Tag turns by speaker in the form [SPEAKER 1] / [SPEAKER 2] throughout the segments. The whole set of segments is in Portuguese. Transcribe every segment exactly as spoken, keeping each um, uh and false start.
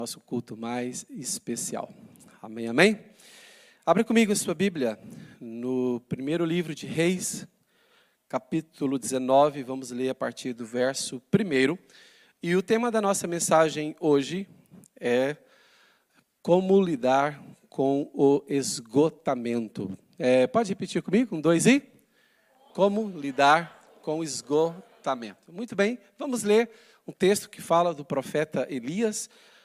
[SPEAKER 1] Nosso culto mais especial. Amém, amém? Abre comigo a sua Bíblia no primeiro livro de Reis, capítulo dezenove, vamos ler a partir do verso primeiro. E o tema da nossa mensagem hoje é como lidar com o esgotamento. É, pode repetir comigo? Um, dois e? Como lidar com o esgotamento. Muito bem, vamos ler um texto que fala do profeta Elias.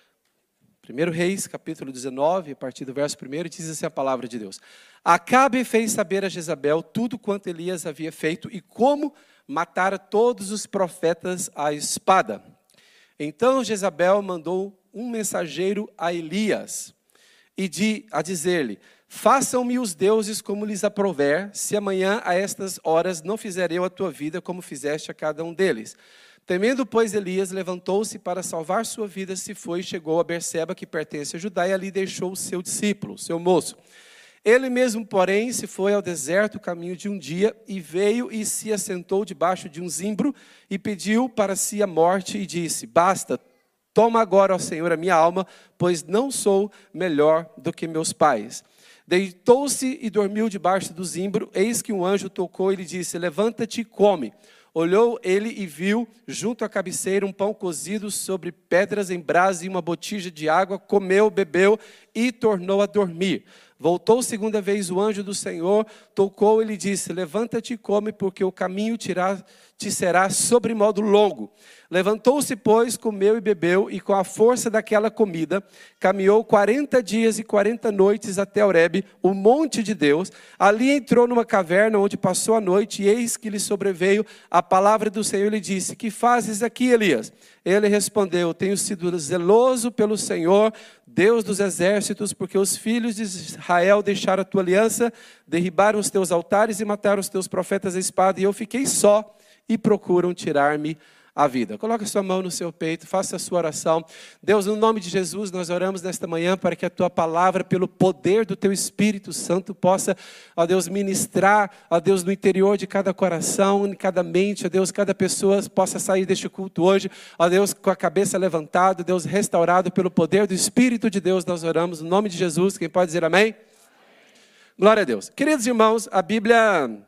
[SPEAKER 1] primeiro Reis, capítulo dezenove, a partir do verso primeiro, diz assim a palavra de Deus. Acabe fez saber a Jezabel tudo quanto Elias havia feito e como matara todos os profetas à espada. Então Jezabel mandou um mensageiro a Elias e de, a dizer-lhe, façam-me os deuses como lhes aprouver, se amanhã a estas horas não fizer eu a tua vida como fizeste a cada um deles. Temendo, pois, Elias, levantou-se para salvar sua vida, se foi e chegou a Berseba, que pertence a Judá, e ali deixou o seu discípulo, seu moço. Ele mesmo, porém, se foi ao deserto, caminho de um dia, e veio e se assentou debaixo de um zimbro, e pediu para si a morte, e disse, basta, toma agora, ó Senhor, a minha alma, pois não sou melhor do que meus pais. Deitou-se e dormiu debaixo do zimbro, eis que um anjo tocou e lhe disse, levanta-te e come. Olhou ele e viu, junto à cabeceira, um pão cozido sobre pedras em brasa e uma botija de água. Comeu, bebeu e tornou a dormir. Voltou segunda vez o anjo do Senhor, tocou e lhe disse, levanta-te e come, porque o caminho tirá, te será sobremodo longo. Levantou-se, pois, comeu e bebeu, e com a força daquela comida, caminhou quarenta dias e quarenta noites até Horebe, o monte de Deus. Ali entrou numa caverna, onde passou a noite, e eis que lhe sobreveio a palavra do Senhor, e lhe disse, que fazes aqui, Elias? Ele respondeu, tenho sido zeloso pelo Senhor, Deus dos exércitos, porque os filhos de Israel deixaram a tua aliança, derribaram os teus altares e mataram os teus profetas à espada, e eu fiquei só, e procuram tirar-me a vida. Coloque a sua mão no seu peito, faça a sua oração. Deus, no nome de Jesus, nós oramos nesta manhã para que a tua palavra, pelo poder do teu Espírito Santo, possa, ó Deus, ministrar, ó Deus, no interior de cada coração, em cada mente, ó Deus, cada pessoa possa sair deste culto hoje, ó Deus, com a cabeça levantada, Deus, restaurado pelo poder do Espírito de Deus, nós oramos no nome de Jesus. Quem pode dizer amém? Amém. Glória a Deus. Queridos irmãos, a Bíblia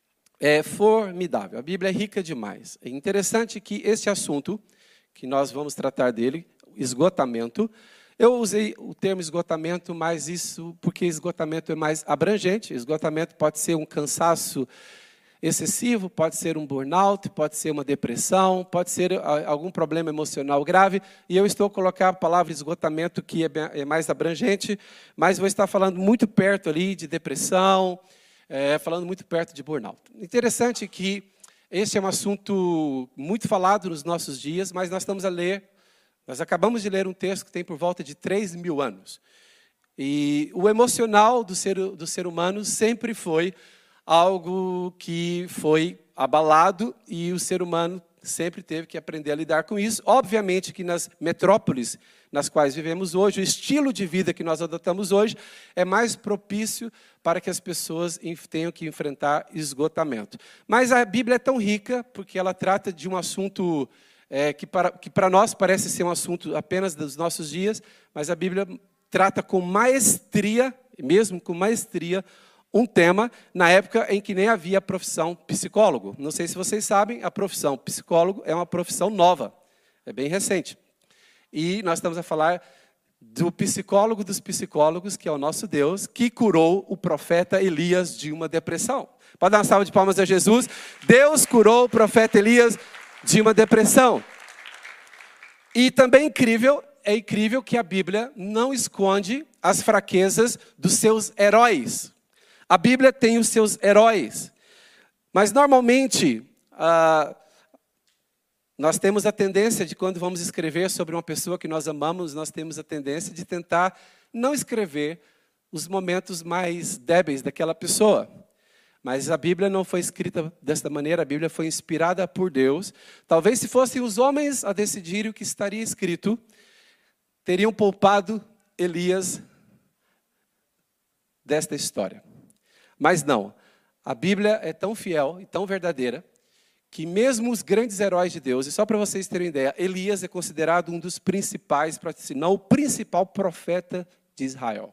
[SPEAKER 1] é formidável, a Bíblia é rica demais. É interessante que este assunto, que nós vamos tratar dele, esgotamento, eu usei o termo esgotamento, mas isso porque esgotamento é mais abrangente. Esgotamento pode ser um cansaço excessivo, pode ser um burnout, pode ser uma depressão, pode ser algum problema emocional grave, e eu estou colocando a palavra esgotamento, que é mais abrangente, mas vou estar falando muito perto ali de depressão, É, falando muito perto de burnout. Interessante que este é um assunto muito falado nos nossos dias, mas nós estamos a ler, nós acabamos de ler um texto que tem por volta de três mil anos. E o emocional do ser, do ser humano sempre foi algo que foi abalado e o ser humano sempre teve que aprender a lidar com isso. Obviamente que nas metrópoles nas quais vivemos hoje, o estilo de vida que nós adotamos hoje é mais propício para que as pessoas tenham que enfrentar esgotamento. Mas a Bíblia é tão rica porque ela trata de um assunto é, que, para, que para nós parece ser um assunto apenas dos nossos dias, mas a Bíblia trata com maestria, mesmo com maestria, um tema na época em que nem havia a profissão psicólogo. Não sei se vocês sabem, a profissão psicólogo é uma profissão nova, é bem recente. E nós estamos a falar do psicólogo dos psicólogos, que é o nosso Deus, que curou o profeta Elias de uma depressão. Pode dar uma salva de palmas a Jesus? Deus curou o profeta Elias de uma depressão. E também incrível, é incrível que a Bíblia não esconde as fraquezas dos seus heróis. A Bíblia tem os seus heróis. Mas normalmente, ah, nós temos a tendência de, quando vamos escrever sobre uma pessoa que nós amamos, nós temos a tendência de tentar não escrever os momentos mais débeis daquela pessoa. Mas a Bíblia não foi escrita desta maneira, a Bíblia foi inspirada por Deus. Talvez se fossem os homens a decidirem o que estaria escrito, teriam poupado Elias desta história. Mas não, a Bíblia é tão fiel e tão verdadeira, que mesmo os grandes heróis de Deus, e só para vocês terem ideia, Elias é considerado um dos principais, se não o principal profeta de Israel.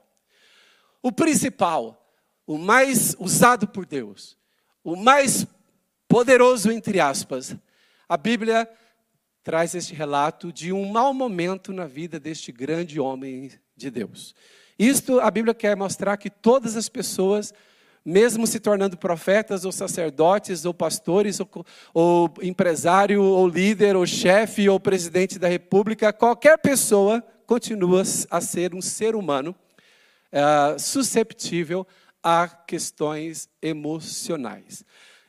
[SPEAKER 1] O principal, o mais usado por Deus, o mais poderoso, entre aspas. A Bíblia traz este relato de um mau momento na vida deste grande homem de Deus. Isto, a Bíblia quer mostrar que todas as pessoas, mesmo se tornando profetas, ou sacerdotes, ou pastores, ou, ou empresário, ou líder, ou chefe, ou presidente da república, qualquer pessoa continua a ser um ser humano é, susceptível a questões emocionais.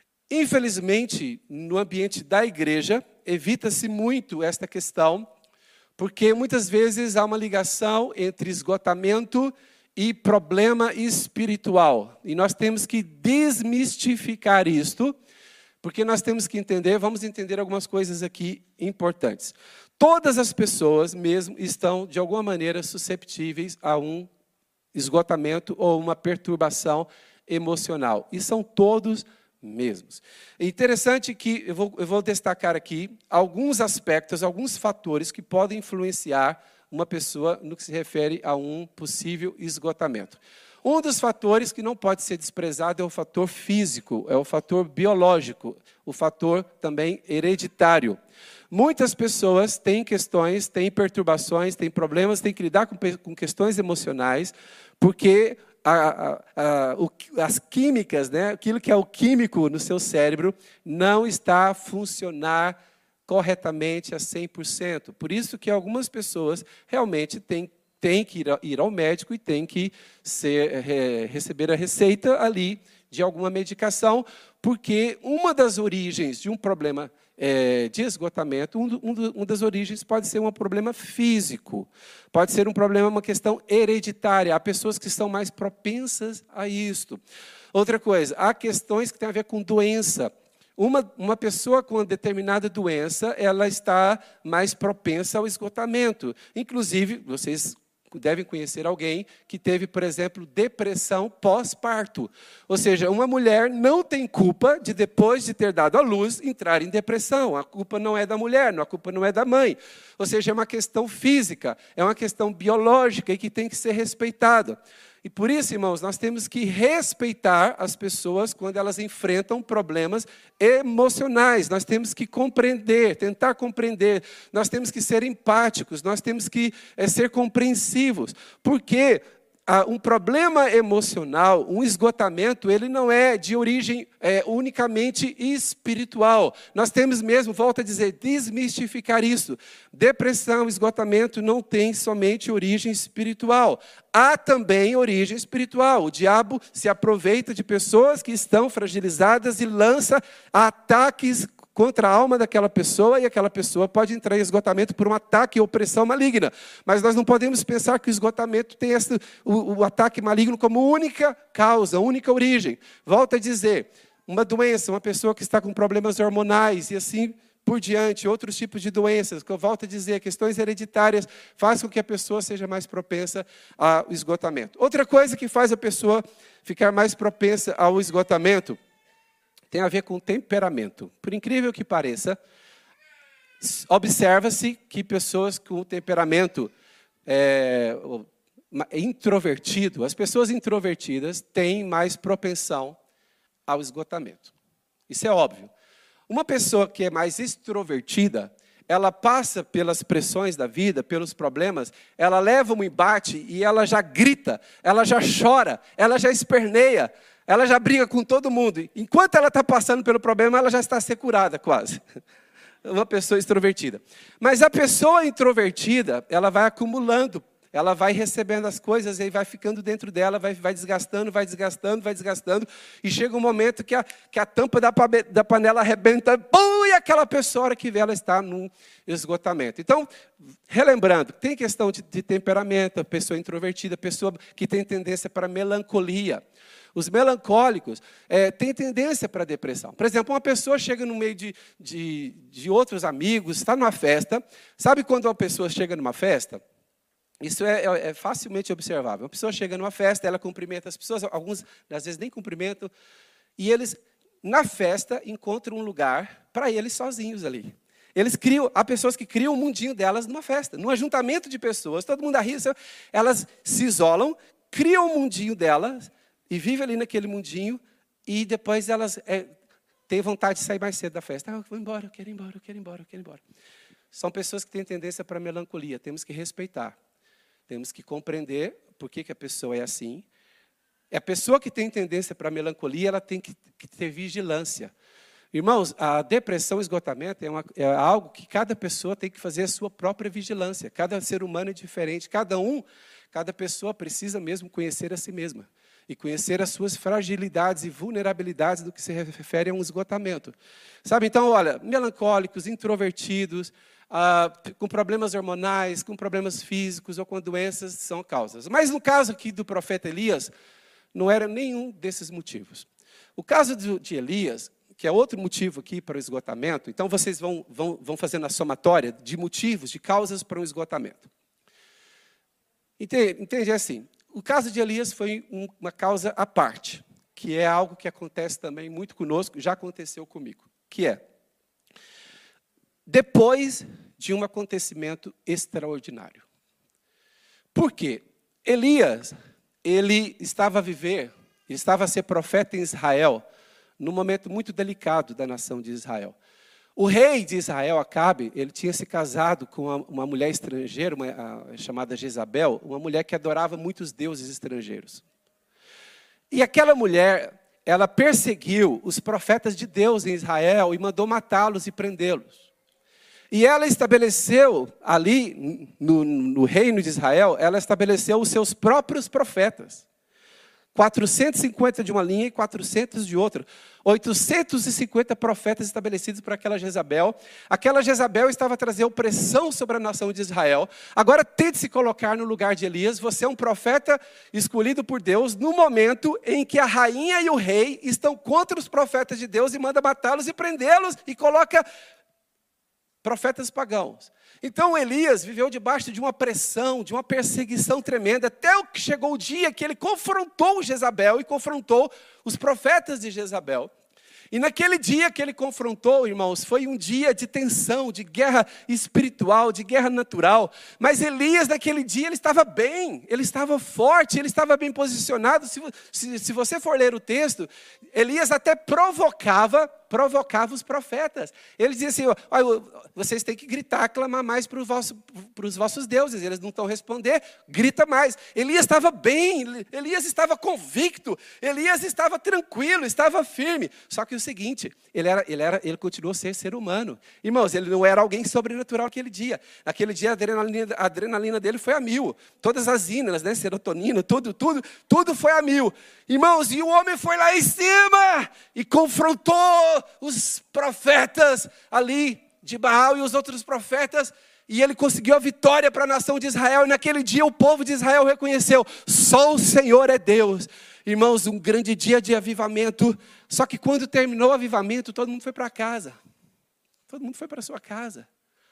[SPEAKER 1] Infelizmente, no ambiente da igreja, evita-se muito esta questão, porque muitas vezes há uma ligação entre esgotamento e problema espiritual. E nós temos que desmistificar isto, porque nós temos que entender, vamos entender algumas coisas aqui importantes. Todas as pessoas mesmo estão, de alguma maneira, susceptíveis a um esgotamento ou uma perturbação emocional. E são todos mesmos. É interessante que eu vou, eu vou destacar aqui alguns aspectos, alguns fatores que podem influenciar uma pessoa no que se refere a um possível esgotamento. Um dos fatores que não pode ser desprezado é o fator físico, é o fator biológico, o fator também hereditário. Muitas pessoas têm questões, têm perturbações, têm problemas, têm que lidar com, com questões emocionais, porque a, a, a, o, as químicas, né, aquilo que é o químico no seu cérebro, não está a funcionar corretamente a cem por cento. Por isso que algumas pessoas realmente têm, têm que ir, ir ao médico e têm que ser, é, receber a receita ali de alguma medicação, porque uma das origens de um problema é, de esgotamento, um, um, uma das origens pode ser um problema físico, pode ser um problema, uma questão hereditária. Há pessoas que são mais propensas a isto. Outra coisa, há questões que têm a ver com doença. Uma, uma pessoa com uma determinada doença, ela está mais propensa ao esgotamento. Inclusive, vocês devem conhecer alguém que teve, por exemplo, depressão pós-parto. Ou seja, uma mulher não tem culpa de, depois de ter dado à luz, entrar em depressão. A culpa não é da mulher, a culpa não é da mãe. Ou seja, é uma questão física, é uma questão biológica e que tem que ser respeitada. E por isso, irmãos, nós temos que respeitar as pessoas quando elas enfrentam problemas emocionais. Nós temos que compreender, tentar compreender. Nós temos que ser empáticos, nós temos que é, ser compreensivos. Porque ah, um problema emocional, um esgotamento, ele não é de origem é, unicamente espiritual. Nós temos mesmo, volto a dizer, desmistificar isso. Depressão, esgotamento não tem somente origem espiritual. Há também origem espiritual. O diabo se aproveita de pessoas que estão fragilizadas e lança ataques contra a alma daquela pessoa, e aquela pessoa pode entrar em esgotamento por um ataque e opressão maligna. Mas nós não podemos pensar que o esgotamento tem esse, o, o ataque maligno como única causa, única origem. Volto a dizer, uma doença, uma pessoa que está com problemas hormonais e assim por diante, outros tipos de doenças, que eu volto a dizer, questões hereditárias, faz com que a pessoa seja mais propensa ao esgotamento. Outra coisa que faz a pessoa ficar mais propensa ao esgotamento tem a ver com temperamento. Por incrível que pareça, observa-se que pessoas com temperamento é, introvertido, as pessoas introvertidas têm mais propensão ao esgotamento. Isso é óbvio. Uma pessoa que é mais extrovertida, ela passa pelas pressões da vida, pelos problemas, ela leva um embate e ela já grita, ela já chora, ela já esperneia, ela já briga com todo mundo. Enquanto ela está passando pelo problema, ela já está a ser curada quase. Uma pessoa extrovertida. Mas a pessoa introvertida, ela vai acumulando, ela vai recebendo as coisas e vai ficando dentro dela, vai, vai desgastando, vai desgastando, vai desgastando. E chega um momento que a, que a tampa da, da panela arrebenta, pum, e aquela pessoa, a hora que vê, ela está num esgotamento. Então, relembrando, tem questão de, de temperamento, a pessoa introvertida, a pessoa que tem tendência para melancolia. Os melancólicos é, têm tendência para a depressão. Por exemplo, uma pessoa chega no meio de, de, de outros amigos, está numa festa. Sabe quando uma pessoa chega numa festa? Isso é, é, é facilmente observável. Uma pessoa chega numa festa, ela cumprimenta as pessoas, alguns às vezes nem cumprimentam, e eles na festa, encontram um lugar para eles sozinhos ali. Eles criam, há pessoas que criam o mundinho delas numa festa, num ajuntamento de pessoas, todo mundo ri, elas se isolam, criam o mundinho delas e vivem ali naquele mundinho e depois elas é, têm vontade de sair mais cedo da festa. Ah, eu vou embora, eu quero ir embora, eu quero ir embora, eu quero ir embora. São pessoas que têm tendência para melancolia, temos que respeitar, temos que compreender por que, que a pessoa é assim. A pessoa que tem tendência para melancolia, ela tem que, que ter vigilância. Irmãos, a depressão e esgotamento é, uma, é algo que cada pessoa tem que fazer a sua própria vigilância. Cada ser humano é diferente. Cada um, cada pessoa precisa mesmo conhecer a si mesma. E conhecer as suas fragilidades e vulnerabilidades do que se refere a um esgotamento. Sabe, então, olha, melancólicos, introvertidos, ah, com problemas hormonais, com problemas físicos ou com doenças, são causas. Mas no caso aqui do profeta Elias, não era nenhum desses motivos. O caso de Elias, que é outro motivo aqui para o esgotamento, então vocês vão, vão, vão fazendo a somatória de motivos, de causas para um esgotamento. Entende, entende assim, o caso de Elias foi um, uma causa à parte, que é algo que acontece também muito conosco, já aconteceu comigo, que é, depois de um acontecimento extraordinário. Por quê? Elias, ele estava a viver, ele estava a ser profeta em Israel, num momento muito delicado da nação de Israel. O rei de Israel, Acabe, ele tinha se casado com uma, uma mulher estrangeira, uma, a, chamada Jezabel, uma mulher que adorava muitos deuses estrangeiros. E aquela mulher, ela perseguiu os profetas de Deus em Israel e mandou matá-los e prendê-los. E ela estabeleceu ali, no, no reino de Israel, ela estabeleceu os seus próprios profetas. quatrocentos e cinquenta de uma linha e quatrocentos de outra. oitocentos e cinquenta profetas estabelecidos por aquela Jezabel. Aquela Jezabel estava a trazer opressão sobre a nação de Israel. Agora tente se colocar no lugar de Elias. Você é um profeta escolhido por Deus no momento em que a rainha e o rei estão contra os profetas de Deus e manda matá-los e prendê-los e coloca profetas pagãos. Então Elias viveu debaixo de uma pressão, de uma perseguição tremenda, até o que chegou o dia que ele confrontou Jezabel e confrontou os profetas de Jezabel. E naquele dia que ele confrontou, irmãos, foi um dia de tensão, de guerra espiritual, de guerra natural. Mas Elias, naquele dia, ele estava bem, ele estava forte, ele estava bem posicionado. Se, se, se você for ler o texto, Elias até provocava, provocava os profetas. Ele dizia assim, ó, vocês têm que gritar, clamar mais para, o vosso, para os vossos deuses. Eles não estão respondendo, grita mais. Elias estava bem, Elias estava convicto, Elias estava tranquilo, estava firme. Só que o seguinte, ele, era, ele, era, ele continuou a ser ser humano. Irmãos, ele não era alguém sobrenatural naquele dia. Naquele dia a adrenalina, a adrenalina dele foi a mil. Todas as ínas, né, serotonina, tudo, tudo, tudo foi a mil. Irmãos, e o homem foi lá em cima e confrontou os profetas ali de Baal e os outros profetas. E ele conseguiu a vitória para a nação de Israel. E naquele dia o povo de Israel reconheceu, só o Senhor é Deus. Irmãos, um grande dia de avivamento. Só que quando terminou o avivamento, todo mundo foi para casa. Todo mundo foi para a sua casa.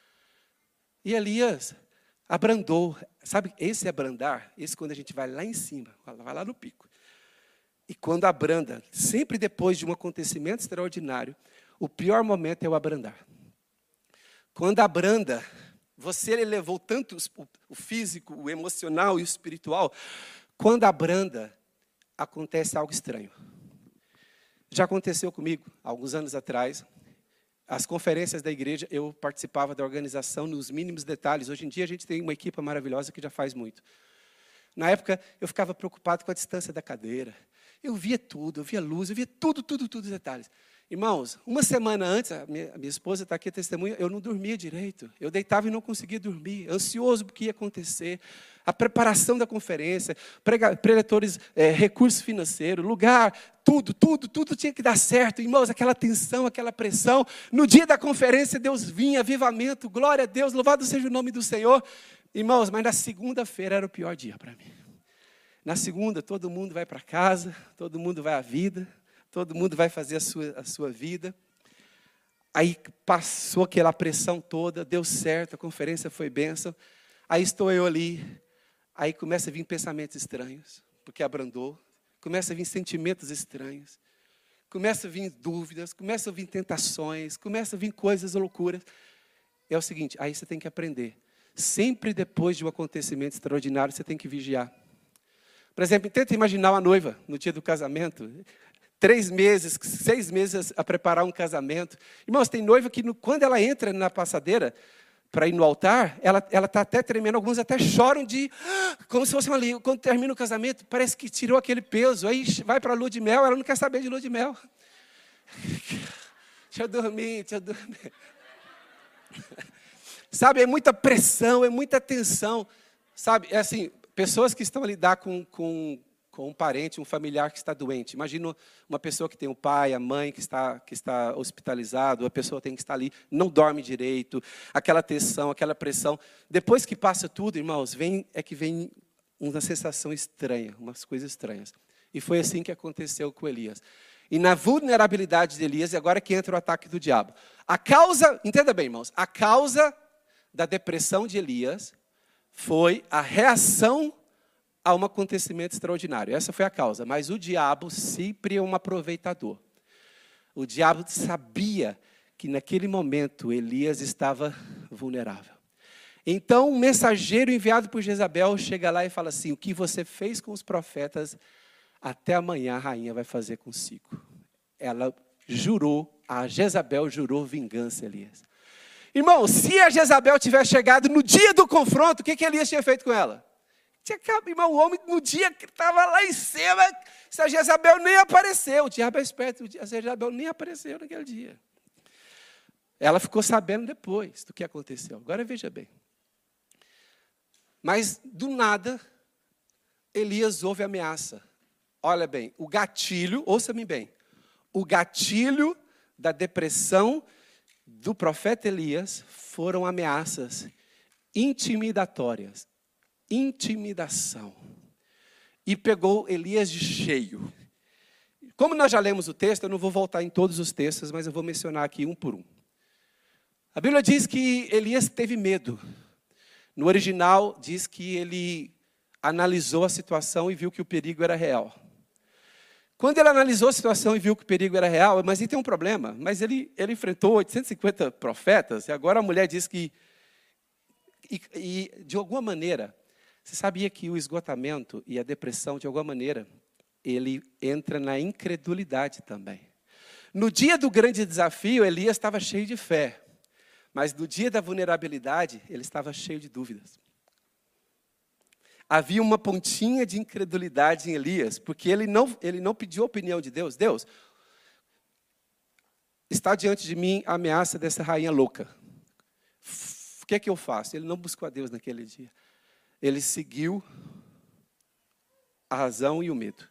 [SPEAKER 1] E Elias abrandou. Sabe, esse abrandar, esse quando a gente vai lá em cima, vai lá no pico. E quando abranda, sempre depois de um acontecimento extraordinário, o pior momento é o abrandar. Quando abranda, você elevou tanto o físico, o emocional e o espiritual. Quando abranda, acontece algo estranho. Já aconteceu comigo, alguns anos atrás. As conferências da igreja, eu participava da organização nos mínimos detalhes. Hoje em dia a gente tem uma equipe maravilhosa que já faz muito. Na época eu ficava preocupado com a distância da cadeira. Eu via tudo, eu via luz, eu via tudo, tudo, tudo, detalhes. Irmãos, uma semana antes, a minha, a minha esposa está aqui, a testemunha, eu não dormia direito. Eu deitava e não conseguia dormir, ansioso porque ia acontecer. A preparação da conferência, prega, preletores, é, recurso financeiro, lugar, tudo, tudo, tudo tinha que dar certo. Irmãos, aquela tensão, aquela pressão. No dia da conferência, Deus vinha, avivamento, glória a Deus, louvado seja o nome do Senhor. Irmãos, mas na segunda-feira era o pior dia para mim. Na segunda, todo mundo vai para casa, todo mundo vai à vida, todo mundo vai fazer a sua, a sua vida. Aí passou aquela pressão toda, deu certo, a conferência foi bênção. Aí estou eu ali, aí começa a vir pensamentos estranhos, porque abrandou. Começa a vir sentimentos estranhos. começa a vir dúvidas, começa a vir tentações, começa a vir coisas loucuras. É o seguinte, aí você tem que aprender. Sempre depois de um acontecimento extraordinário, você tem que vigiar. Por exemplo, tenta imaginar uma noiva no dia do casamento. Três meses, seis meses a preparar um casamento. Irmãos, tem noiva que no, quando ela entra na passadeira para ir no altar, ela está até tremendo, alguns até choram de, como se fosse uma língua. Quando termina o casamento, parece que tirou aquele peso. Aí vai para a lua de mel, ela não quer saber de lua de mel. Deixa eu dormir, deixa eu dormir. Sabe, é muita pressão, é muita tensão. Sabe, é assim, pessoas que estão a lidar com... com com um parente, um familiar que está doente. Imagina uma pessoa que tem o pai, a mãe que está, que está hospitalizado, a pessoa tem que estar ali, não dorme direito, aquela tensão, aquela pressão. Depois que passa tudo, irmãos, vem, é que vem uma sensação estranha, umas coisas estranhas. E foi assim que aconteceu com Elias. E na vulnerabilidade de Elias, e agora que entra o ataque do diabo. A causa, entenda bem, irmãos, a causa da depressão de Elias foi a reação a um acontecimento extraordinário. Essa foi a causa. Mas o diabo sempre é um aproveitador. O diabo sabia que naquele momento Elias estava vulnerável. Então, um mensageiro enviado por Jezabel chega lá e fala assim, o que você fez com os profetas, até amanhã a rainha vai fazer consigo. Ela jurou, a Jezabel jurou vingança, Elias. Irmão, se a Jezabel tivesse chegado no dia do confronto, o que, que Elias tinha feito com ela? Tinha acabado, irmão, o homem no dia que estava lá em cima, se a Jezabel nem apareceu, o diabo é esperto, a Jezabel nem apareceu naquele dia. Ela ficou sabendo depois do que aconteceu. Agora veja bem. Mas, do nada, Elias ouve a ameaça. Olha bem, o gatilho, ouça-me bem, o gatilho da depressão do profeta Elias foram ameaças intimidatórias. Intimidação. E pegou Elias de cheio. Como nós já lemos o texto, eu não vou voltar em todos os textos, mas eu vou mencionar aqui um por um. A Bíblia diz que Elias teve medo. No original, diz que ele analisou a situação e viu que o perigo era real. Quando ele analisou a situação e viu que o perigo era real, mas ele tem um problema, mas ele, ele enfrentou oitocentos e cinquenta profetas, e agora a mulher diz que, e, e de alguma maneira, você sabia que o esgotamento e a depressão, de alguma maneira, ele entra na incredulidade também. No dia do grande desafio, Elias estava cheio de fé. Mas no dia da vulnerabilidade, ele estava cheio de dúvidas. Havia uma pontinha de incredulidade em Elias, porque ele não, ele não pediu a opinião de Deus. Deus, está diante de mim a ameaça dessa rainha louca. O que é que eu faço? Ele não buscou a Deus naquele dia. Ele seguiu a razão e o medo.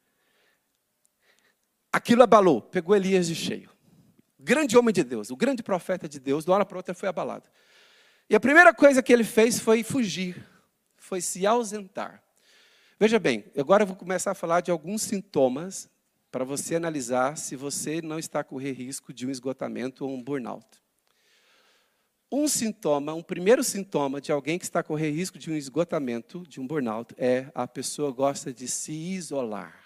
[SPEAKER 1] Aquilo abalou, pegou Elias de cheio. Grande homem de Deus, o grande profeta de Deus, de uma hora para outra foi abalado. E a primeira coisa que ele fez foi fugir, foi se ausentar. Veja bem, agora eu vou começar a falar de alguns sintomas para você analisar se você não está a correr risco de um esgotamento ou um burnout. Um sintoma, um primeiro sintoma de alguém que está a correr risco de um esgotamento, de um burnout, é a pessoa gosta de se isolar.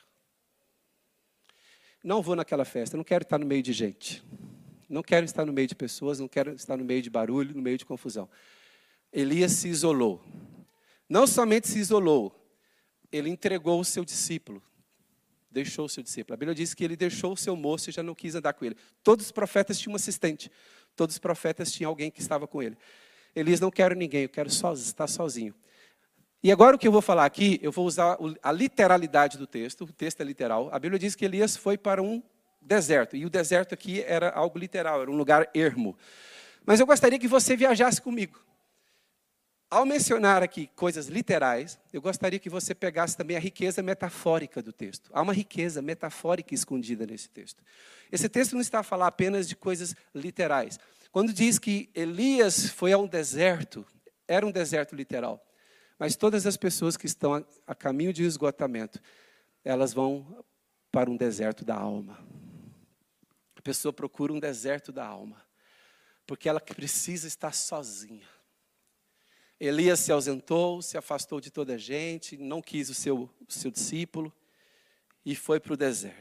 [SPEAKER 1] Não vou naquela festa, não quero estar no meio de gente. Não quero estar no meio de pessoas, não quero estar no meio de barulho, no meio de confusão. Elias se isolou. Não somente se isolou, ele entregou o seu discípulo. Deixou o seu discípulo. A Bíblia diz que ele deixou o seu moço e já não quis andar com ele. Todos os profetas tinham um assistente. Todos os profetas tinham alguém que estava com ele. Elias, não quero ninguém, eu quero só, estar sozinho. E agora o que eu vou falar aqui, eu vou usar a literalidade do texto, o texto é literal. A Bíblia diz que Elias foi para um deserto, e o deserto aqui era algo literal, era um lugar ermo. Mas eu gostaria que você viajasse comigo. Ao mencionar aqui coisas literais, eu gostaria que você pegasse também a riqueza metafórica do texto. Há uma riqueza metafórica escondida nesse texto. Esse texto não está a falar apenas de coisas literais. Quando diz que Elias foi a um deserto, era um deserto literal. Mas todas as pessoas que estão a, a caminho de esgotamento, elas vão para um deserto da alma. A pessoa procura um deserto da alma, porque ela precisa estar sozinha. Elias se ausentou, se afastou de toda a gente, não quis o seu, o seu discípulo e foi para o deserto.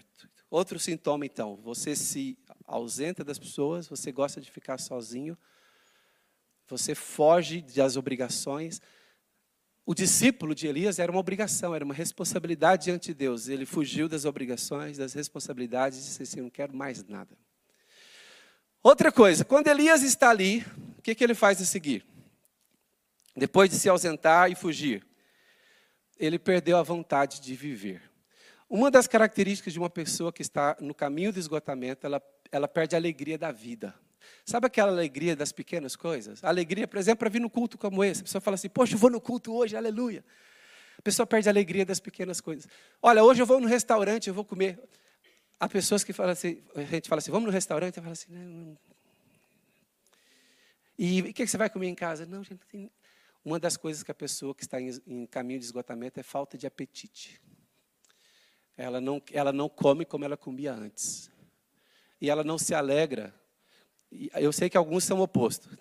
[SPEAKER 1] Outro sintoma, então, você se ausenta das pessoas, você gosta de ficar sozinho, você foge das obrigações. O discípulo de Elias era uma obrigação, era uma responsabilidade diante de Deus. Ele fugiu das obrigações, das responsabilidades e disse assim, não quero mais nada. Outra coisa, quando Elias está ali, o que, que ele faz a seguir? Depois de se ausentar e fugir, ele perdeu a vontade de viver. Uma das características de uma pessoa que está no caminho do esgotamento, ela, ela perde a alegria da vida. Sabe aquela alegria das pequenas coisas? A alegria, por exemplo, para vir no culto como esse. A pessoa fala assim, poxa, eu vou no culto hoje, aleluia. A pessoa perde a alegria das pequenas coisas. Olha, hoje eu vou no restaurante, eu vou comer. Há pessoas que falam assim, a gente fala assim, vamos no restaurante? Eu falo assim, não, não. E o que você vai comer em casa? Não, gente, tem... Uma das coisas que a pessoa que está em, em caminho de esgotamento é falta de apetite. Ela não, ela não come como ela comia antes. E ela não se alegra. Eu sei que alguns são opostos.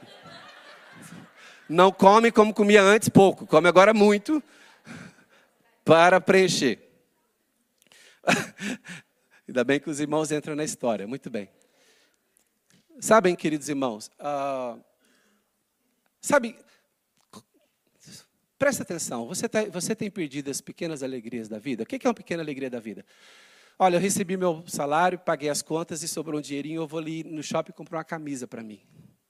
[SPEAKER 1] Não come como comia antes, pouco. Come agora muito para preencher. Ainda bem que os irmãos entram na história. Muito bem. Sabem, queridos irmãos, uh, sabe, presta atenção, você, tá, você tem perdido as pequenas alegrias da vida? O que é uma pequena alegria da vida? Olha, eu recebi meu salário, paguei as contas e sobrou um dinheirinho, eu vou ali no shopping comprar uma camisa para mim.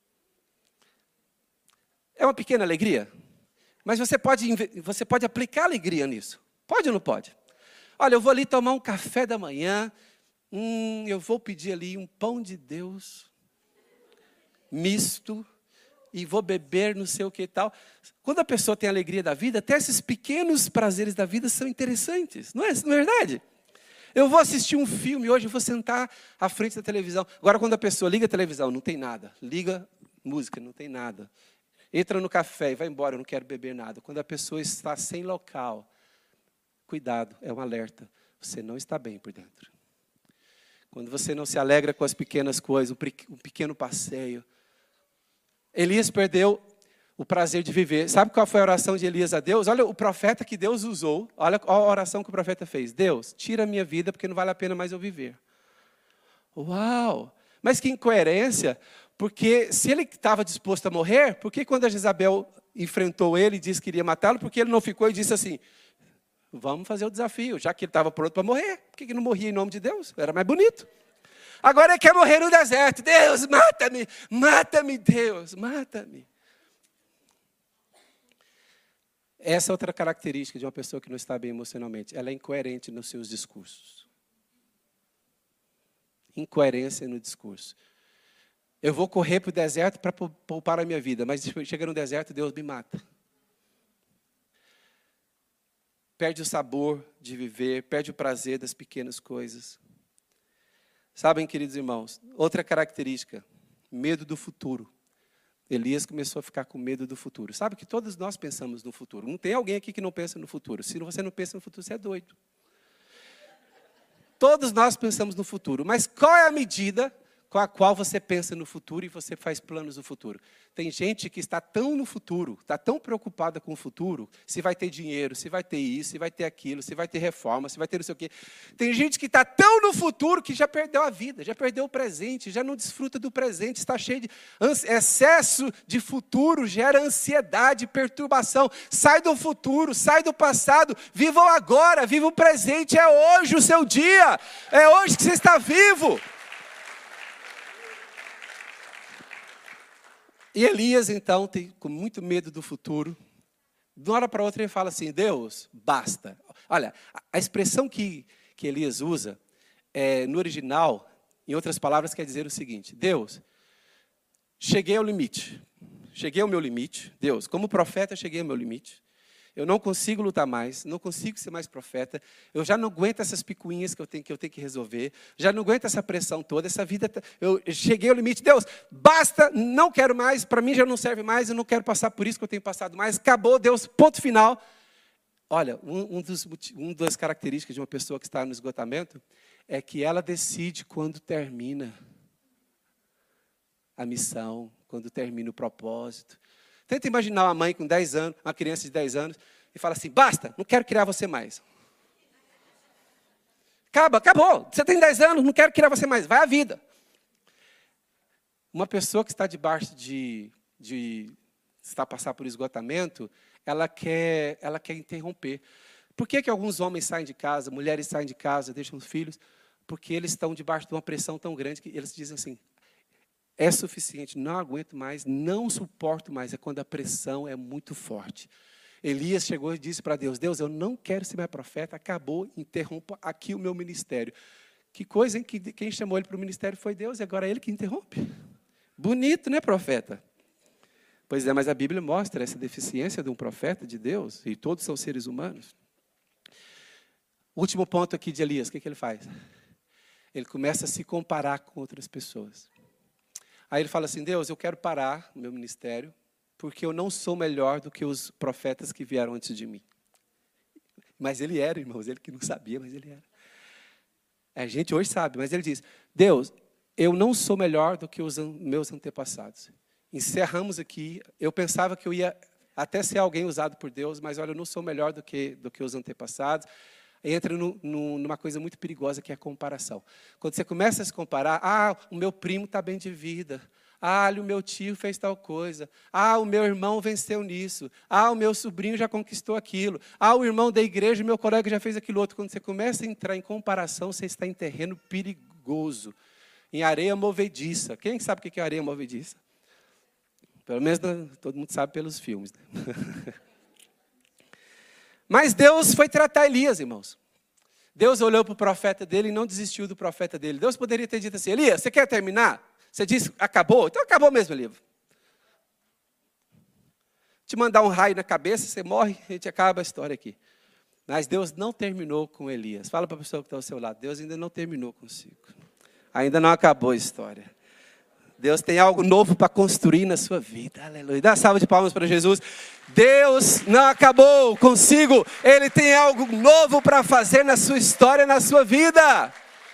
[SPEAKER 1] É uma pequena alegria? Mas você pode, você pode aplicar alegria nisso. Pode ou não pode? Olha, eu vou ali tomar um café da manhã, hum, eu vou pedir ali um pão de Deus, misto, e vou beber não sei o que e tal. Quando a pessoa tem a alegria da vida, até esses pequenos prazeres da vida são interessantes. Não é, não é verdade? Eu vou assistir um filme hoje, eu vou sentar à frente da televisão. Agora, quando a pessoa liga a televisão, não tem nada. Liga música, não tem nada. Entra no café e vai embora, eu não quero beber nada. Quando a pessoa está sem local, cuidado, é um alerta. Você não está bem por dentro. Quando você não se alegra com as pequenas coisas, um pequeno passeio. Elias perdeu o prazer de viver. Sabe qual foi a oração de Elias a Deus? Olha o profeta que Deus usou. Olha a oração que o profeta fez. Deus, tira a minha vida porque não vale a pena mais eu viver. Uau! Mas que incoerência. Porque se ele estava disposto a morrer, por que quando a Jezabel enfrentou ele e disse que iria matá-lo, porque ele não ficou e disse assim, vamos fazer o desafio, já que ele estava pronto para morrer. Por que ele não morria em nome de Deus? Era mais bonito. Agora ele quer morrer no deserto. Deus, mata-me, mata-me, Deus, mata-me. Essa é outra característica de uma pessoa que não está bem emocionalmente. Ela é incoerente nos seus discursos. Incoerência no discurso. Eu vou correr para o deserto para poupar a minha vida, mas chega no deserto, Deus me mata. Perde o sabor de viver, perde o prazer das pequenas coisas. Sabem, queridos irmãos, outra característica, medo do futuro. Elias começou a ficar com medo do futuro. Sabe que todos nós pensamos no futuro. Não tem alguém aqui que não pensa no futuro. Se você não pensa no futuro, você é doido. Todos nós pensamos no futuro. Mas qual é a medida com a qual você pensa no futuro e você faz planos no futuro? Tem gente que está tão no futuro, está tão preocupada com o futuro, se vai ter dinheiro, se vai ter isso, se vai ter aquilo, se vai ter reforma, se vai ter não sei o quê. Tem gente que está tão no futuro que já perdeu a vida, já perdeu o presente, já não desfruta do presente, está cheio de excesso de futuro, gera ansiedade, perturbação. Sai do futuro, sai do passado, viva o agora, viva o presente, é hoje o seu dia, é hoje que você está vivo. E Elias, então, tem, com muito medo do futuro, de uma hora para outra ele fala assim, Deus, basta. Olha, a, a expressão que, que Elias usa, é, no original, em outras palavras, quer dizer o seguinte, Deus, cheguei ao limite, cheguei ao meu limite, Deus, como profeta, cheguei ao meu limite, eu não consigo lutar mais, não consigo ser mais profeta, eu já não aguento essas picuinhas que eu tenho que, eu tenho que resolver, já não aguento essa pressão toda, essa vida, eu cheguei ao limite, Deus, basta, não quero mais, para mim já não serve mais, eu não quero passar por isso que eu tenho passado mais, acabou, Deus, ponto final. Olha, um, um dos, uma das características de uma pessoa que está no esgotamento é que ela decide quando termina a missão, quando termina o propósito. Tenta imaginar uma mãe com dez anos, uma criança de dez anos, e fala assim, basta, não quero criar você mais. Acaba, acabou. Você tem dez anos, não quero criar você mais. Vai a vida. Uma pessoa que está debaixo de, de está a passar por esgotamento, ela quer, ela quer interromper. Por que que alguns homens saem de casa, mulheres saem de casa, deixam os filhos? Porque eles estão debaixo de uma pressão tão grande que eles dizem assim, é suficiente, não aguento mais, não suporto mais. É quando a pressão é muito forte. Elias chegou e disse para Deus, Deus, eu não quero ser mais profeta, acabou, interrompa aqui o meu ministério. Que coisa, hein? Que quem chamou ele para o ministério foi Deus, e agora é ele que interrompe. Bonito, né, profeta? Pois é, mas a Bíblia mostra essa deficiência de um profeta de Deus, e todos são seres humanos. Último ponto aqui de Elias, o que, que ele faz? Ele começa a se comparar com outras pessoas. Aí ele fala assim, Deus, eu quero parar o meu ministério, porque eu não sou melhor do que os profetas que vieram antes de mim. Mas ele era, irmãos, ele que não sabia, mas ele era. A gente hoje sabe, mas ele diz, Deus, eu não sou melhor do que os meus antepassados. Encerramos aqui, eu pensava que eu ia até ser alguém usado por Deus, mas olha, eu não sou melhor do que, do que os antepassados. Entra no, no, numa coisa muito perigosa que é a comparação. Quando você começa a se comparar, ah, o meu primo está bem de vida. Ah, o meu tio fez tal coisa. Ah, o meu irmão venceu nisso. Ah, o meu sobrinho já conquistou aquilo. Ah, o irmão da igreja, meu colega já fez aquilo outro. Quando você começa a entrar em comparação, você está em terreno perigoso. Em areia movediça. Quem sabe o que é areia movediça? Pelo menos todo mundo sabe pelos filmes. Né? Mas Deus foi tratar Elias, irmãos. Deus olhou para o profeta dele e não desistiu do profeta dele. Deus poderia ter dito assim, Elias, você quer terminar? Você disse, acabou? Então acabou mesmo, Elias. Te mandar um raio na cabeça, você morre, a gente acaba a história aqui. Mas Deus não terminou com Elias. Fala para a pessoa que está ao seu lado, Deus ainda não terminou consigo. Ainda não acabou a história. Deus tem algo novo para construir na sua vida. Aleluia. Dá uma salva de palmas para Jesus. Deus não acabou consigo. Ele tem algo novo para fazer na sua história, na sua vida.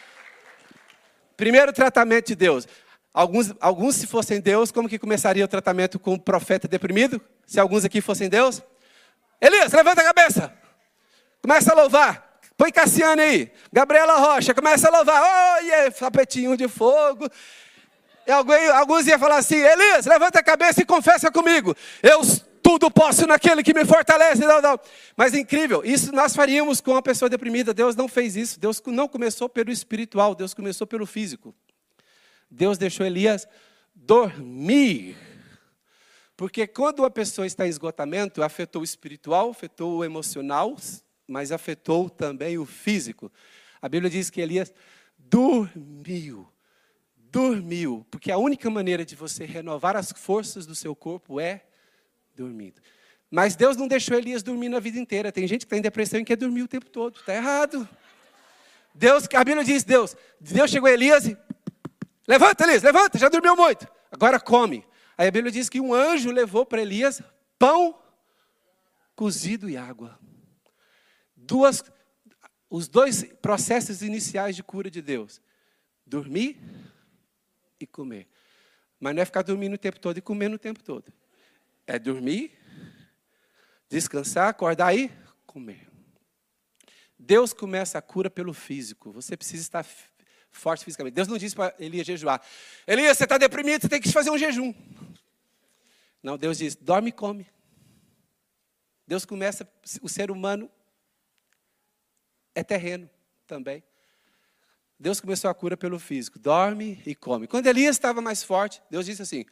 [SPEAKER 1] Primeiro tratamento de Deus. Alguns, alguns se fossem Deus, como que começaria o tratamento com o profeta deprimido? Se alguns aqui fossem Deus. Elias, levanta a cabeça. Começa a louvar. Põe Cassiane aí. Gabriela Rocha, começa a louvar. Oh, yeah, tapetinho de fogo. E alguns iam falar assim, Elias, levanta a cabeça e confessa comigo. Eu tudo posso naquele que me fortalece. Não, não. Mas é incrível, isso nós faríamos com uma pessoa deprimida. Deus não fez isso. Deus não começou pelo espiritual, Deus começou pelo físico. Deus deixou Elias dormir. Porque quando uma pessoa está em esgotamento, afetou o espiritual, afetou o emocional, mas afetou também o físico. A Bíblia diz que Elias dormiu. Dormiu, porque a única maneira de você renovar as forças do seu corpo é dormindo. Mas Deus não deixou Elias dormir na vida inteira. Tem gente que está em depressão e quer dormir o tempo todo. Está errado. Deus, a Bíblia diz, Deus, Deus chegou a Elias e, levanta Elias, levanta, já dormiu muito. Agora come. Aí a Bíblia diz que um anjo levou para Elias pão cozido e água. Duas, os dois processos iniciais de cura de Deus. Dormir e comer. Mas não é ficar dormindo o tempo todo e comendo o tempo todo. É dormir, descansar, acordar e comer. Deus começa a cura pelo físico. Você precisa estar forte fisicamente. Deus não disse para Elias jejuar. Elias, você está deprimido, você tem que fazer um jejum. Não, Deus diz, dorme e come. Deus começa, o ser humano é terreno também. Deus começou a cura pelo físico. Dorme e come. Quando Elias estava mais forte, Deus disse assim,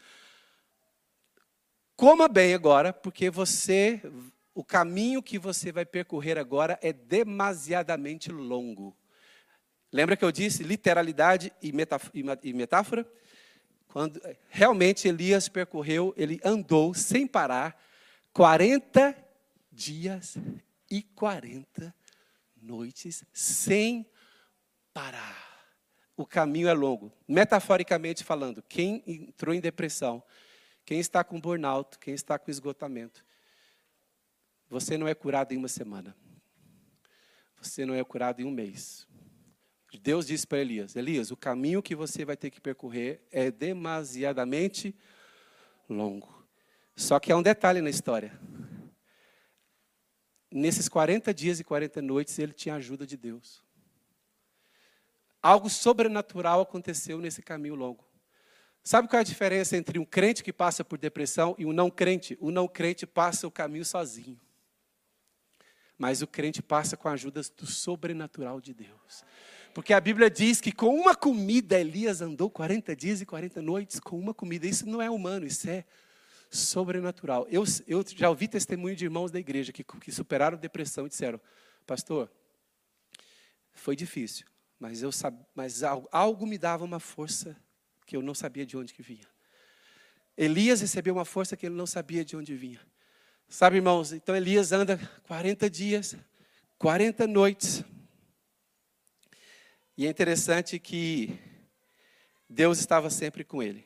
[SPEAKER 1] coma bem agora, porque você, o caminho que você vai percorrer agora é demasiadamente longo. Lembra que eu disse literalidade e metáfora? Quando realmente Elias percorreu, ele andou sem parar quarenta dias e quarenta noites sem parar. O caminho é longo. Metaforicamente falando, quem entrou em depressão, quem está com burnout, quem está com esgotamento, você não é curado em uma semana. Você não é curado em um mês. Deus disse para Elias, Elias, o caminho que você vai ter que percorrer é demasiadamente longo. Só que há um detalhe na história. Nesses quarenta dias e quarenta noites, ele tinha a ajuda de Deus. Algo sobrenatural aconteceu nesse caminho longo. Sabe qual é a diferença entre um crente que passa por depressão e um não crente? O não crente passa o caminho sozinho. Mas o crente passa com a ajuda do sobrenatural de Deus. Porque a Bíblia diz que com uma comida Elias andou quarenta dias e quarenta noites com uma comida. Isso não é humano, isso é sobrenatural. Eu, eu já ouvi testemunho de irmãos da igreja que, que superaram depressão e disseram: pastor, foi difícil, mas, eu sab, mas algo, algo me dava uma força que eu não sabia de onde que vinha. Elias recebeu uma força que ele não sabia de onde vinha. Sabe, irmãos, então Elias anda quarenta dias, quarenta noites. E é interessante que Deus estava sempre com ele.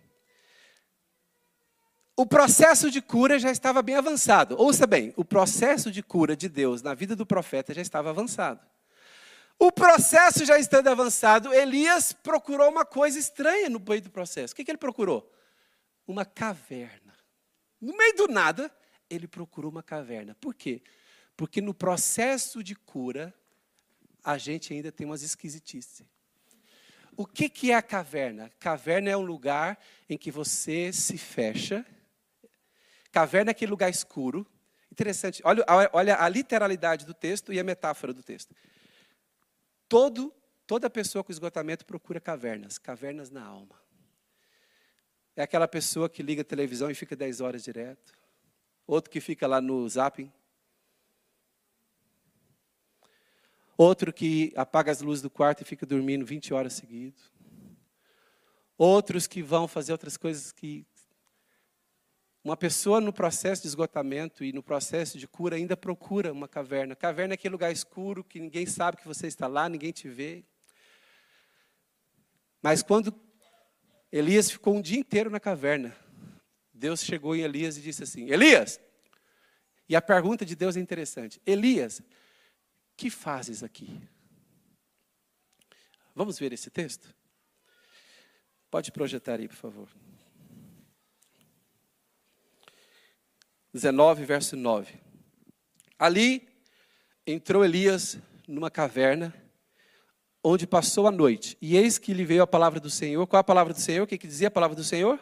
[SPEAKER 1] O processo de cura já estava bem avançado. Ouça bem, o processo de cura de Deus na vida do profeta já estava avançado. O processo já estando avançado, Elias procurou uma coisa estranha no meio do processo. O que, que ele procurou? Uma caverna. No meio do nada, ele procurou uma caverna. Por quê? Porque no processo de cura, a gente ainda tem umas esquisitices. O que, que é a caverna? Caverna é um lugar em que você se fecha. Caverna é aquele lugar escuro. Interessante, olha, olha a literalidade do texto e a metáfora do texto. Todo, toda pessoa com esgotamento procura cavernas, cavernas na alma. É aquela pessoa que liga a televisão e fica dez horas direto. Outro que fica lá no zapping. Outro que apaga as luzes do quarto e fica dormindo vinte horas seguidas. Outros que vão fazer outras coisas que... Uma pessoa no processo de esgotamento e no processo de cura ainda procura uma caverna. Caverna é aquele lugar escuro que ninguém sabe que você está lá, ninguém te vê. Mas quando Elias ficou um dia inteiro na caverna, Deus chegou em Elias e disse assim: Elias! E a pergunta de Deus é interessante. Elias, que fazes aqui? Vamos ver esse texto? Pode projetar aí, por favor. dezenove, verso nove. Ali entrou Elias numa caverna, onde passou a noite. E eis que lhe veio a palavra do Senhor. Qual a palavra do Senhor? O que, que dizia a palavra do Senhor?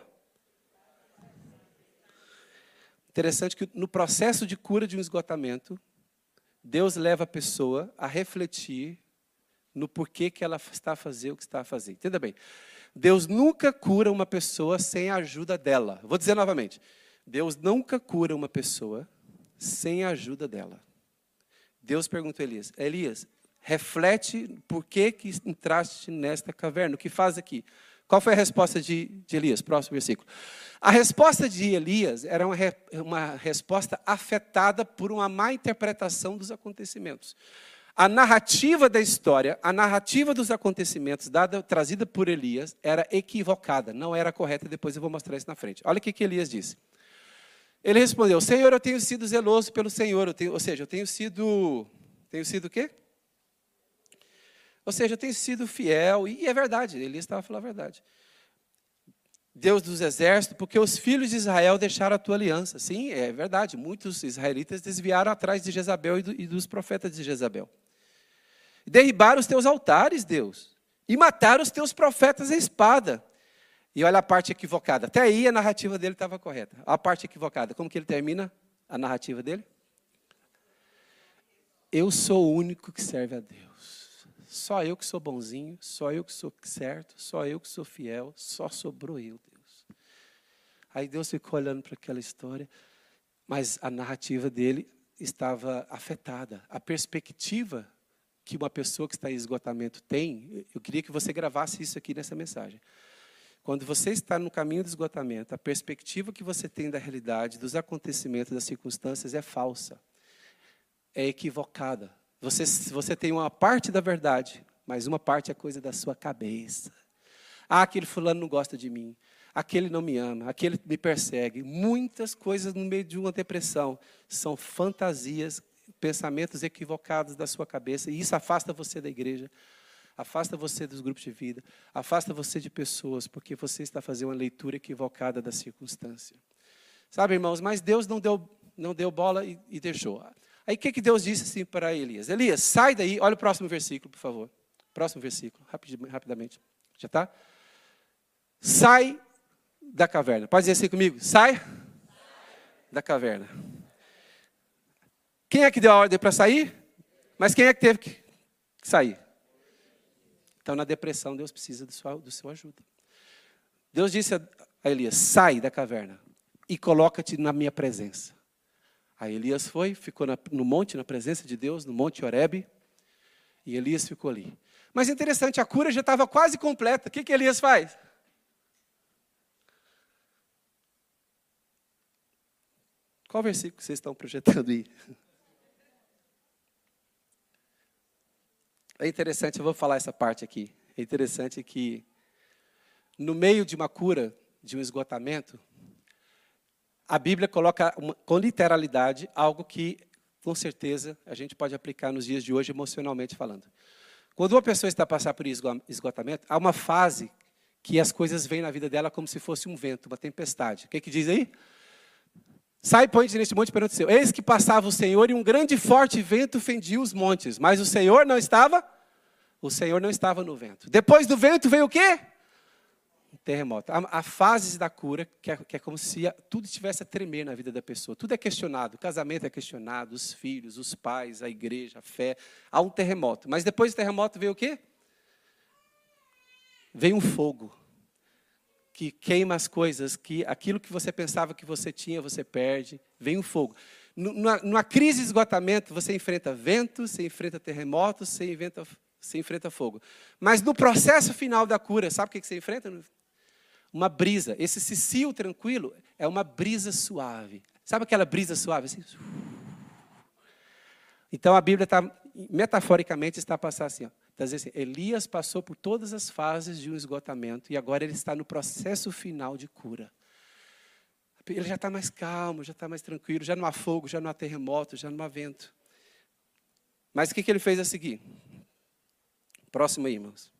[SPEAKER 1] Interessante que no processo de cura de um esgotamento, Deus leva a pessoa a refletir no porquê que ela está a fazer o que está a fazer. Entenda bem. Deus nunca cura uma pessoa sem a ajuda dela. Vou dizer novamente. Deus nunca cura uma pessoa sem a ajuda dela. Deus perguntou a Elias: Elias, reflete por que, que entraste nesta caverna. O que faz aqui? Qual foi a resposta de, de Elias? Próximo versículo. A resposta de Elias era uma, re, uma resposta afetada por uma má interpretação dos acontecimentos. A narrativa da história, a narrativa dos acontecimentos dada, trazida por Elias, era equivocada, não era correta. Depois eu vou mostrar isso na frente. Olha o que, que Elias disse. Ele respondeu: Senhor, eu tenho sido zeloso pelo Senhor. Eu tenho, ou seja, eu tenho sido... Tenho sido o quê? Ou seja, eu tenho sido fiel. E é verdade, Elias estava falando a verdade. Deus dos exércitos, porque os filhos de Israel deixaram a tua aliança. Sim, é verdade. Muitos israelitas desviaram atrás de Jezabel e, do, e dos profetas de Jezabel. Derribaram os teus altares, Deus. E mataram os teus profetas à espada. E olha a parte equivocada. Até aí a narrativa dele estava correta. A parte equivocada. Como que ele termina a narrativa dele? Eu sou o único que serve a Deus. Só eu que sou bonzinho, só eu que sou certo, só eu que sou fiel, só sobrou eu, Deus. Aí Deus ficou olhando para aquela história, mas a narrativa dele estava afetada. A perspectiva que uma pessoa que está em esgotamento tem, eu queria que você gravasse isso aqui nessa mensagem. Quando você está no caminho do esgotamento, a perspectiva que você tem da realidade, dos acontecimentos, das circunstâncias é falsa, é equivocada. Você, você tem uma parte da verdade, mas uma parte é coisa da sua cabeça. Ah, aquele fulano não gosta de mim, aquele não me ama, aquele me persegue. Muitas coisas no meio de uma depressão são fantasias, pensamentos equivocados da sua cabeça, e isso afasta você da igreja. Afasta você dos grupos de vida, afasta você de pessoas, porque você está fazendo uma leitura equivocada da circunstância. Sabe, irmãos, mas Deus não deu, não deu bola e, e deixou. Aí o que, que Deus disse assim para Elias? Elias, sai daí, olha o próximo versículo, por favor. Próximo versículo, rapidamente. Já está? Sai da caverna. Pode dizer assim comigo? Sai da caverna. Quem é que deu a ordem para sair? Mas quem é que teve que sair? Então, na depressão, Deus precisa do seu, do seu ajuda. Deus disse a Elias, sai da caverna e coloca-te na minha presença. Aí Elias foi, ficou na, no monte, na presença de Deus, no monte Horebe, e Elias ficou ali. Mas é interessante, a cura já estava quase completa. O que, que Elias faz? Qual versículo vocês estão projetando aí? É interessante, eu vou falar essa parte aqui. É interessante que, no meio de uma cura, de um esgotamento, a Bíblia coloca uma, com literalidade algo que, com certeza, a gente pode aplicar nos dias de hoje, emocionalmente falando. Quando uma pessoa está passando por esgotamento, há uma fase que as coisas vêm na vida dela como se fosse um vento, uma tempestade. O que, que diz aí? Sai, põe-te neste monte perante o Senhor. Eis que passava o Senhor e um grande e forte vento fendia os montes. Mas o Senhor não estava? O Senhor não estava no vento. Depois do vento veio o quê? Um terremoto. Há, há fases da cura que é, que é como se tudo estivesse a tremer na vida da pessoa. Tudo é questionado. O casamento é questionado, os filhos, os pais, a igreja, a fé. Há um terremoto. Mas depois do terremoto veio o quê? Veio um fogo. Que queima as coisas, que aquilo que você pensava que você tinha, você perde, vem o fogo. Numa, numa crise de esgotamento, você enfrenta vento, você enfrenta terremotos, você enfrenta, você enfrenta fogo. Mas no processo final da cura, sabe o que você enfrenta? Uma brisa. Esse cicio tranquilo é uma brisa suave. Sabe aquela brisa suave? Assim? Então a Bíblia está, metaforicamente, está a passar assim, ó. Está dizendo assim, Elias passou por todas as fases de um esgotamento e agora ele está no processo final de cura. Ele já está mais calmo, já está mais tranquilo, já não há fogo, já não há terremoto, já não há vento. Mas o que, que ele fez a seguir? Próximo aí, irmãos.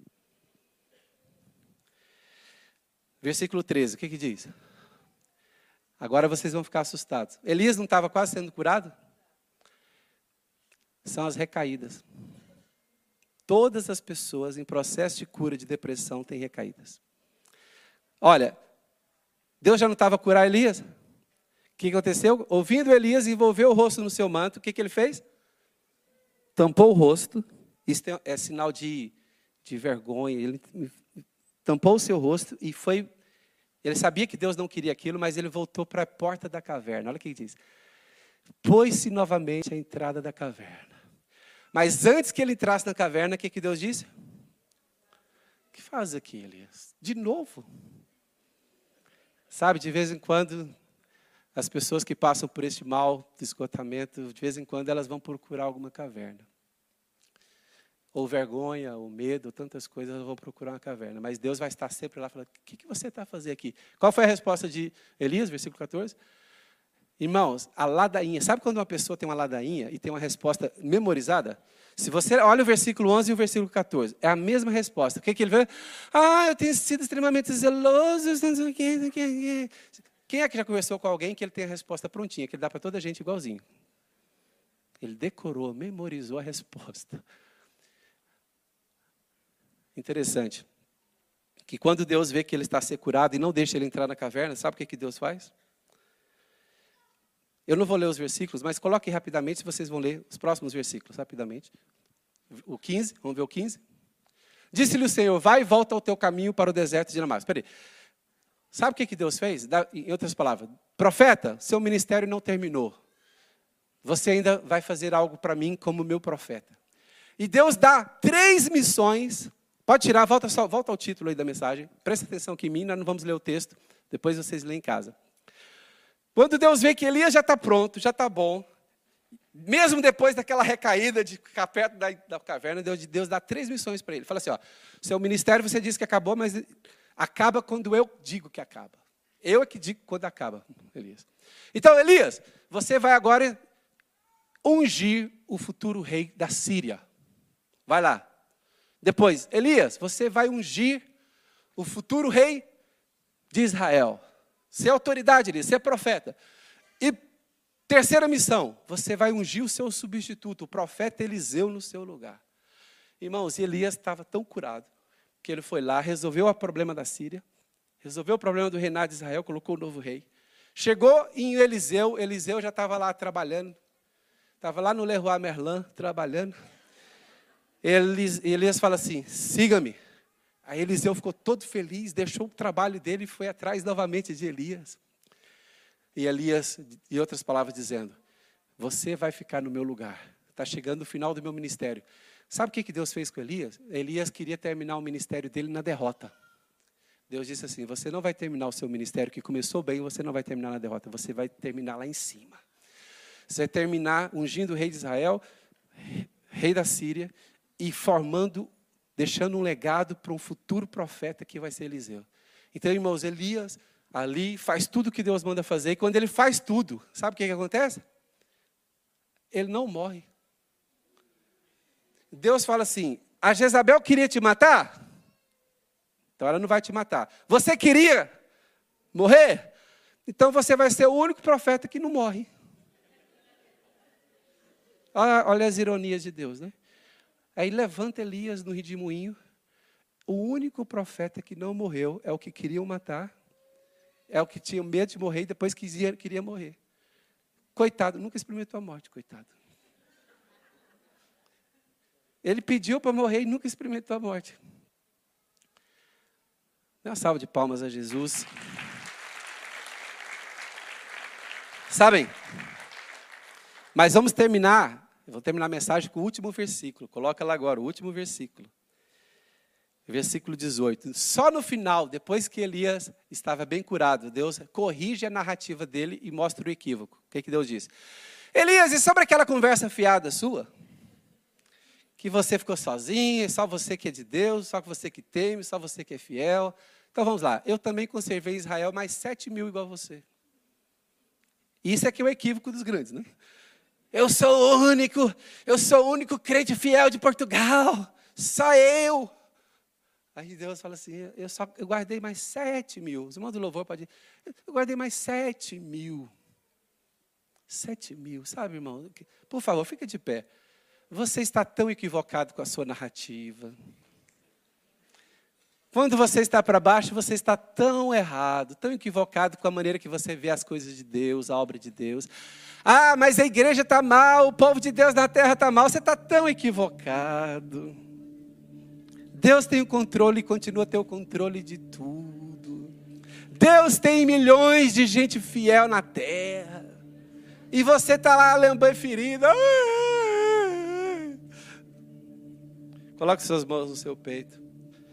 [SPEAKER 1] Versículo treze, o que, que diz? Agora vocês vão ficar assustados. Elias não estava quase sendo curado? São as recaídas. Todas as pessoas em processo de cura de depressão têm recaídas. Olha, Deus já não estava a curar Elias? O que aconteceu? Ouvindo Elias, envolveu o rosto no seu manto. O que, que ele fez? Tampou o rosto. Isso é sinal de, de vergonha. Ele tampou o seu rosto e foi... Ele sabia que Deus não queria aquilo, mas ele voltou para a porta da caverna. Olha o que ele diz. Pôs-se novamente à entrada da caverna. Mas antes que ele entrasse na caverna, o que, que Deus disse? O que faz aqui, Elias? De novo. Sabe, de vez em quando, as pessoas que passam por este mal de esgotamento, de vez em quando elas vão procurar alguma caverna. Ou vergonha, ou medo, ou tantas coisas, elas vão procurar uma caverna. Mas Deus vai estar sempre lá falando, o que, que você está a fazer aqui? Qual foi a resposta de Elias, versículo quatorze? Irmãos, a ladainha, sabe quando uma pessoa tem uma ladainha e tem uma resposta memorizada? Se você olha o versículo onze e o versículo quatorze, é a mesma resposta. O que, que ele vê? Ah, eu tenho sido extremamente zeloso. Quem é que já conversou com alguém que ele tem a resposta prontinha, que ele dá para toda a gente igualzinho? Ele decorou, memorizou a resposta. Interessante. Que quando Deus vê que ele está a ser curado e não deixa ele entrar na caverna, sabe o que, que Deus faz? Eu não vou ler os versículos, mas coloquem rapidamente, se vocês vão ler os próximos versículos, rapidamente. O quinze, vamos ver o quinze. Disse-lhe o Senhor, vai e volta ao teu caminho para o deserto de Damasco. Espera aí. Sabe o que, que Deus fez? Em outras palavras, profeta, seu ministério não terminou. Você ainda vai fazer algo para mim como meu profeta. E Deus dá três missões. Pode tirar, volta, só, volta ao título aí da mensagem. Presta atenção aqui em mim, nós não vamos ler o texto. Depois vocês leem em casa. Quando Deus vê que Elias já está pronto, já está bom, mesmo depois daquela recaída de ficar perto da, da caverna, Deus, Deus dá três missões para ele. Fala assim, ó, seu ministério você disse que acabou, mas acaba quando eu digo que acaba. Eu é que digo quando acaba, Elias. Então, Elias, você vai agora ungir o futuro rei da Síria. Vai lá. Depois, Elias, você vai ungir o futuro rei de Israel. Ser autoridade ali, ser profeta. E terceira missão, você vai ungir o seu substituto, o profeta Eliseu, no seu lugar. Irmãos, Elias estava tão curado, que ele foi lá, resolveu o problema da Síria, resolveu o problema do reinado de Israel, colocou um novo rei. Chegou em Eliseu, Eliseu já estava lá trabalhando, estava lá no Leroy Merlin, trabalhando. Elias, Elias fala assim, siga-me. Aí Eliseu ficou todo feliz, deixou o trabalho dele e foi atrás novamente de Elias. E Elias, em outras palavras, dizendo, você vai ficar no meu lugar. Está chegando o final do meu ministério. Sabe o que Deus fez com Elias? Elias queria terminar o ministério dele na derrota. Deus disse assim, você não vai terminar o seu ministério que começou bem, você não vai terminar na derrota, você vai terminar lá em cima. Você vai terminar ungindo o rei de Israel, rei da Síria, e formando, deixando um legado para um futuro profeta que vai ser Eliseu. Então, irmãos, Elias ali faz tudo o que Deus manda fazer, e quando ele faz tudo, sabe o que, que acontece? Ele não morre. Deus fala assim, a Jezabel queria te matar? Então ela não vai te matar. Você queria morrer? Então você vai ser o único profeta que não morre. Olha, olha as ironias de Deus, né? Aí levanta Elias no rio de Moinho. O único profeta que não morreu é o que queriam matar. É o que tinha medo de morrer e depois quisia, queria morrer. Coitado, nunca experimentou a morte, coitado. Ele pediu para morrer e nunca experimentou a morte. Dá uma salva de palmas a Jesus. Sabem? Mas vamos terminar. Eu vou terminar a mensagem com o último versículo. Coloca lá agora, o último versículo. Versículo dezoito. Só no final, depois que Elias estava bem curado, Deus corrige a narrativa dele e mostra o equívoco. O que, que Deus diz? Elias, e sobre aquela conversa fiada sua? Que você ficou sozinho, só você que é de Deus, só você que teme, só você que é fiel. Então vamos lá, eu também conservei em Israel mais sete mil igual a você. Isso é que é o equívoco dos grandes, né? Eu sou o único, eu sou o único crente fiel de Portugal, só eu. Aí Deus fala assim, eu, só, eu guardei mais sete mil. Os irmãos do louvor podem dizer, eu guardei mais sete mil. Sete mil, sabe, irmão? Por favor, fica de pé. Você está tão equivocado com a sua narrativa. Quando você está para baixo, você está tão errado, tão equivocado com a maneira que você vê as coisas de Deus, a obra de Deus. Ah, mas a igreja está mal, o povo de Deus na terra está mal. Você está tão equivocado. Deus tem o controle e continua a ter o controle de tudo. Deus tem milhões de gente fiel na terra. E você está lá lambendo ferida. Coloque suas mãos no seu peito.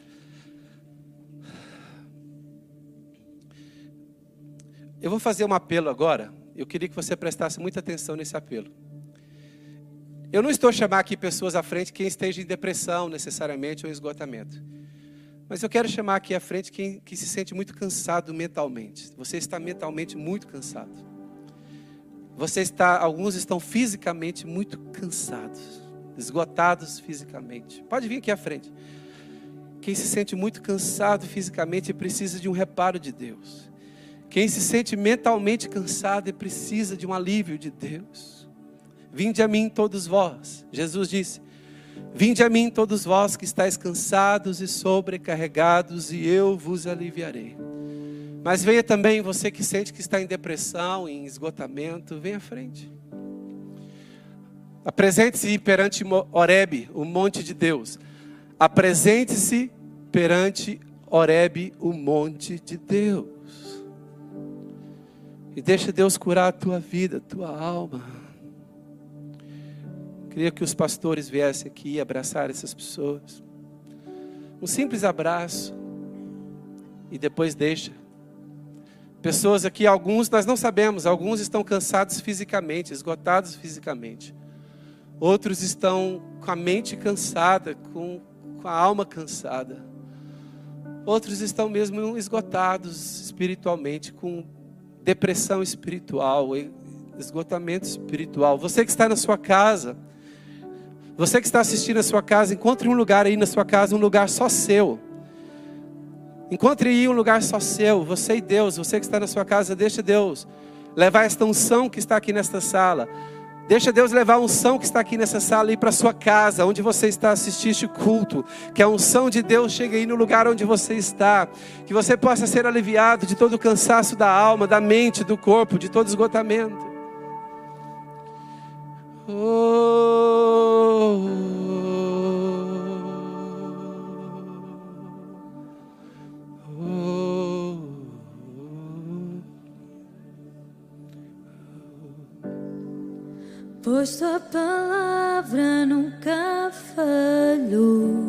[SPEAKER 1] Eu vou fazer um apelo agora. Eu queria que você prestasse muita atenção nesse apelo. Eu não estou chamando aqui pessoas à frente quem esteja em depressão necessariamente ou em esgotamento. Mas eu quero chamar aqui à frente quem que se sente muito cansado mentalmente. Você está mentalmente muito cansado. Você está, alguns estão fisicamente muito cansados, esgotados fisicamente. Pode vir aqui à frente. Quem se sente muito cansado fisicamente e precisa de um reparo de Deus. Quem se sente mentalmente cansado e precisa de um alívio de Deus. Vinde a mim todos vós. Jesus disse, vinde a mim todos vós que estáis cansados e sobrecarregados e eu vos aliviarei. Mas venha também você que sente que está em depressão, em esgotamento, venha à frente. Apresente-se perante Horebe, o monte de Deus. Apresente-se perante Horebe, o monte de Deus. E deixa Deus curar a tua vida, a tua alma. Queria que os pastores viessem aqui e abraçar essas pessoas. Um simples abraço. E depois deixa. Pessoas aqui, alguns nós não sabemos. Alguns estão cansados fisicamente, esgotados fisicamente. Outros estão com a mente cansada, com, com a alma cansada. Outros estão mesmo esgotados espiritualmente, com depressão espiritual, esgotamento espiritual. Você que está na sua casa, você que está assistindo a sua casa, encontre um lugar aí na sua casa, um lugar só seu. Encontre aí um lugar só seu, você e Deus. Você que está na sua casa, deixa Deus levar esta unção que está aqui nesta sala. Deixa Deus levar a unção que está aqui nessa sala e para sua casa, onde você está assistindo este culto. Que a unção de Deus chegue aí no lugar onde você está. Que você possa ser aliviado de todo o cansaço da alma, da mente, do corpo, de todo esgotamento. Oh, oh, oh.
[SPEAKER 2] Pois tua palavra nunca falhou.